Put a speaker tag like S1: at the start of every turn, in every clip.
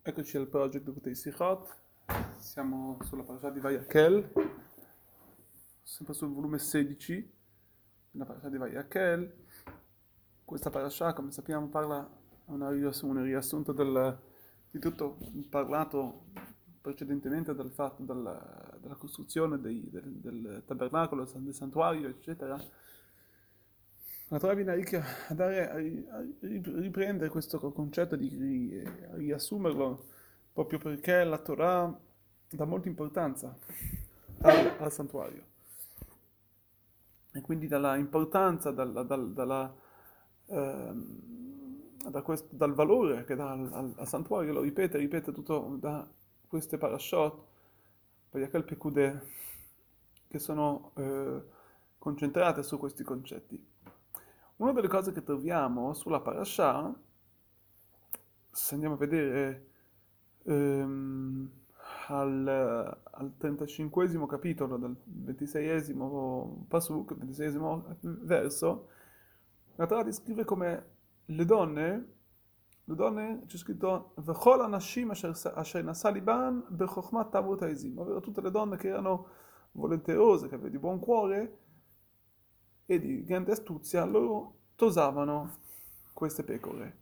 S1: Eccoci al project Butei Sichot, siamo sulla parasha di Vayakhel, sempre sul volume 16 della parasha di Vayakhel. Questa parasha, come sappiamo, parla un riassunto di tutto parlato precedentemente della costruzione del tabernacolo, del santuario, eccetera. La Torah viene a riprendere questo concetto riassumerlo proprio perché la Torah dà molta importanza al santuario e quindi dalla importanza, dal valore che dà al santuario, lo ripete tutto da queste parashot, per Pekude, che sono concentrate su questi concetti. Una delle cose che troviamo sulla parasha, se andiamo a vedere ehm, al 35esimo capitolo del 26esimo pasuk, 26esimo verso, la Torah descrive come le donne c'è scritto V'chol anashim asher nasa liban bechokmat tavut ha'ezim, ovvero tutte le donne che erano volenterose, che avevano di buon cuore e di grande astuzia, loro tosavano queste pecore.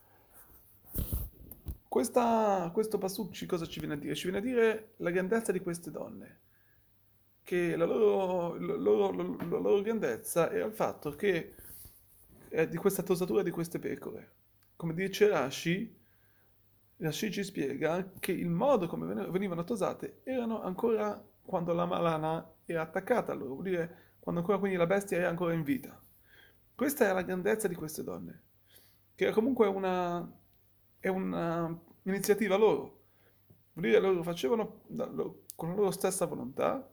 S1: Questo pasuk cosa ci viene a dire? Ci viene a dire la grandezza di queste donne, che la loro grandezza è il fatto che è di questa tosatura di queste pecore. Come dice Rashi ci spiega che il modo come venivano tosate erano ancora quando la malana era attaccata a loro, vuol dire quando ancora quindi la bestia era ancora in vita. Questa è la grandezza di queste donne, che comunque è una iniziativa loro. Vuol dire loro facevano con la loro stessa volontà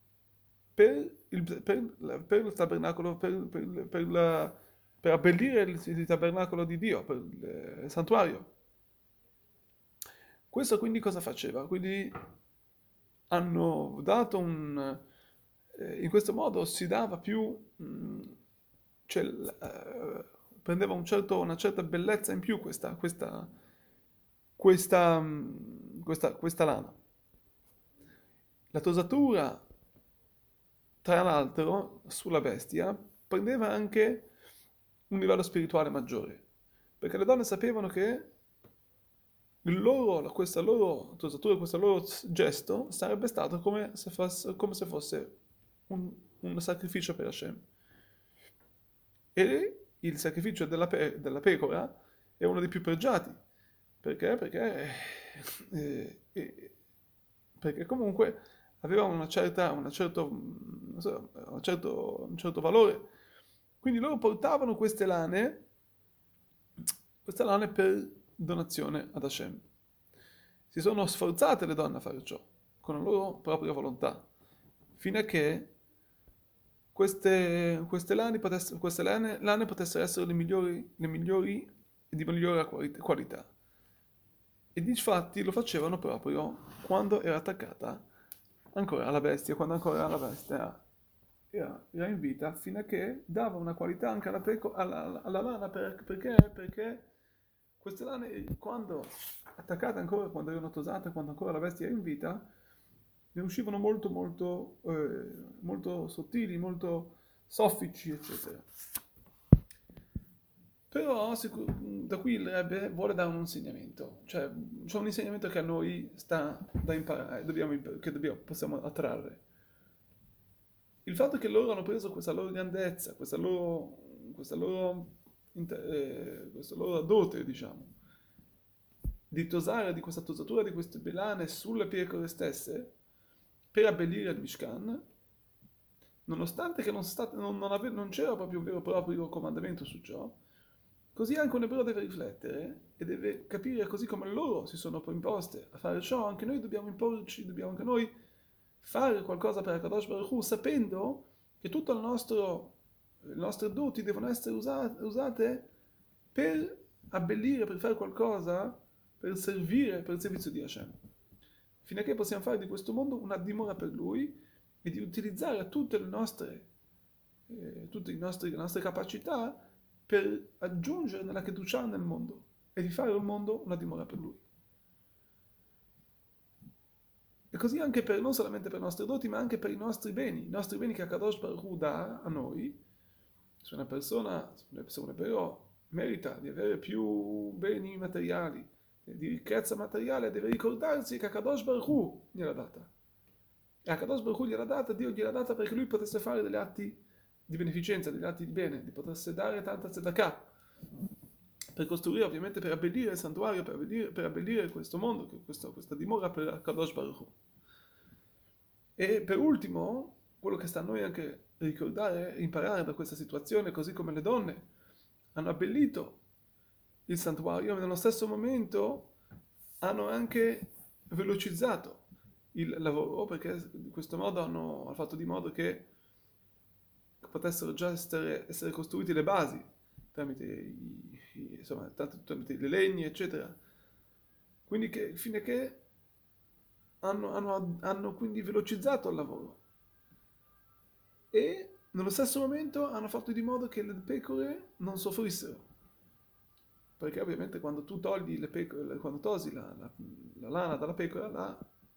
S1: per il tabernacolo, per abbellire il tabernacolo di Dio, per il santuario. Questo quindi cosa faceva? Quindi hanno dato in questo modo si dava più, cioè, prendeva una certa bellezza in più questa lana. La tosatura, tra l'altro, sulla bestia prendeva anche un livello spirituale maggiore, perché le donne sapevano che questa loro tosatura, questo loro gesto sarebbe stato come se fosse un sacrificio per Hashem. E il sacrificio della pecora è uno dei più pregiati. Perché? Perché comunque aveva non so, un certo valore. Quindi loro portavano queste lane per donazione ad Hashem. Si sono sforzate le donne a fare ciò, con la loro propria volontà, fino a che queste lane potessero essere le migliori e di migliore qualità. E difatti lo facevano proprio quando era attaccata ancora alla bestia, quando ancora la bestia era in vita, fino a che dava una qualità anche alla lana, perché queste lane, quando attaccate ancora, quando erano tosate, quando ancora la bestia era in vita, ne uscivano molto, molto, molto sottili, molto soffici, eccetera. Però da qui il Rebbe vuole dare un insegnamento, cioè c'è un insegnamento che a noi sta da imparare, possiamo attrarre. Il fatto che loro hanno preso questa loro grandezza, questa loro dote, diciamo, di tosare, di questa tosatura di queste belane sulle pecore stesse, per abbellire il Mishkan, nonostante che non c'era proprio un vero e proprio comandamento su ciò, così anche un ebreo deve riflettere e deve capire, così come loro si sono imposte a fare ciò, anche noi dobbiamo imporci, dobbiamo anche noi fare qualcosa per Kadosh Baruch Hu, sapendo che tutte le nostre doti devono essere usate per abbellire, per fare qualcosa, per servire, per il servizio di Hashem. Fino a che possiamo fare di questo mondo una dimora per Lui e di utilizzare tutte le nostre capacità per aggiungere nella Kedushah nel mondo e di fare il mondo una dimora per Lui. così anche non solamente per i nostri doti, ma anche per i nostri beni che Akadosh Baruch Hu dà a noi. Se una persona, se un ebreo merita di avere più beni materiali, di ricchezza materiale, deve ricordarsi che Akadosh Baruch Hu gliel'ha data. E Akadosh Baruch Hu gliel'ha data, Dio gliel'ha data perché lui potesse fare degli atti di beneficenza, degli atti di bene, di potesse dare tanta tzedakah, per costruire, ovviamente, per abbellire il santuario, per abbellire questo mondo, questa dimora per Akadosh Baruch Hu. E per ultimo, quello che sta a noi anche ricordare, imparare da questa situazione, così come le donne hanno abbellito il santuario, ma nello stesso momento hanno anche velocizzato il lavoro, perché in questo modo hanno fatto di modo che potessero già essere costruite le basi tramite tramite le legni, eccetera. Quindi fine che hanno quindi velocizzato il lavoro. E nello stesso momento hanno fatto di modo che le pecore non soffrissero. Perché ovviamente quando tu togli le pecore, quando tosi la lana dalla pecora,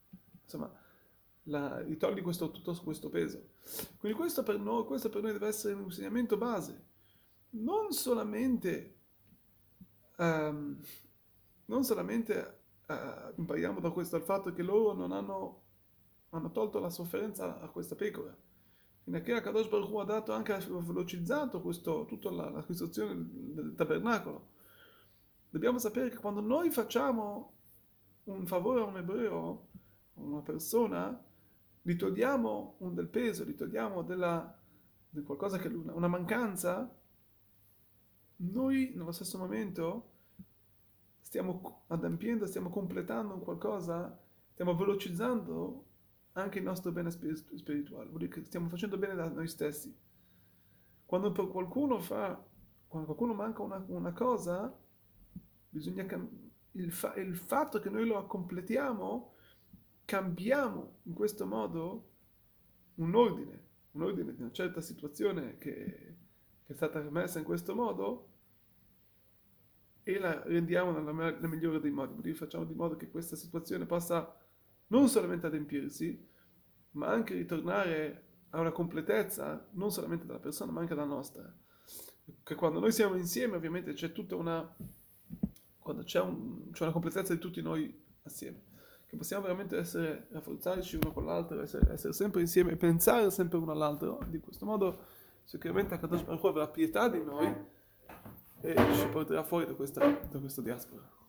S1: ritogli tutto questo peso. Quindi questo per noi deve essere un insegnamento base. Non solamente impariamo da questo il fatto che loro non hanno tolto la sofferenza a questa pecora, finché Akadosh Baruch Hu ha dato anche, ha velocizzato tutta la costruzione del tabernacolo. Dobbiamo sapere che quando noi facciamo un favore a un ebreo, a una persona, gli togliamo del peso, gli togliamo di qualcosa che una mancanza, noi nello stesso momento stiamo adempiendo, stiamo completando un qualcosa, stiamo velocizzando anche il nostro bene spirituale, vuol dire che stiamo facendo bene da noi stessi. Quando qualcuno manca una cosa, bisogna il fatto che noi lo completiamo, cambiamo in questo modo un ordine di una certa situazione che è stata messa in questo modo, e la rendiamo nella migliore dei modi, quindi facciamo di modo che questa situazione possa non solamente adempirsi, ma anche ritornare a una completezza, non solamente della persona, ma anche della nostra. Che quando noi siamo insieme, ovviamente c'è quando c'è una completezza di tutti noi assieme, che possiamo veramente rafforzarci uno con l'altro, essere sempre insieme e pensare sempre uno all'altro. Di questo modo sicuramente Akadosh Baruch Hu avrà pietà di noi e ci porterà fuori da questa diaspora.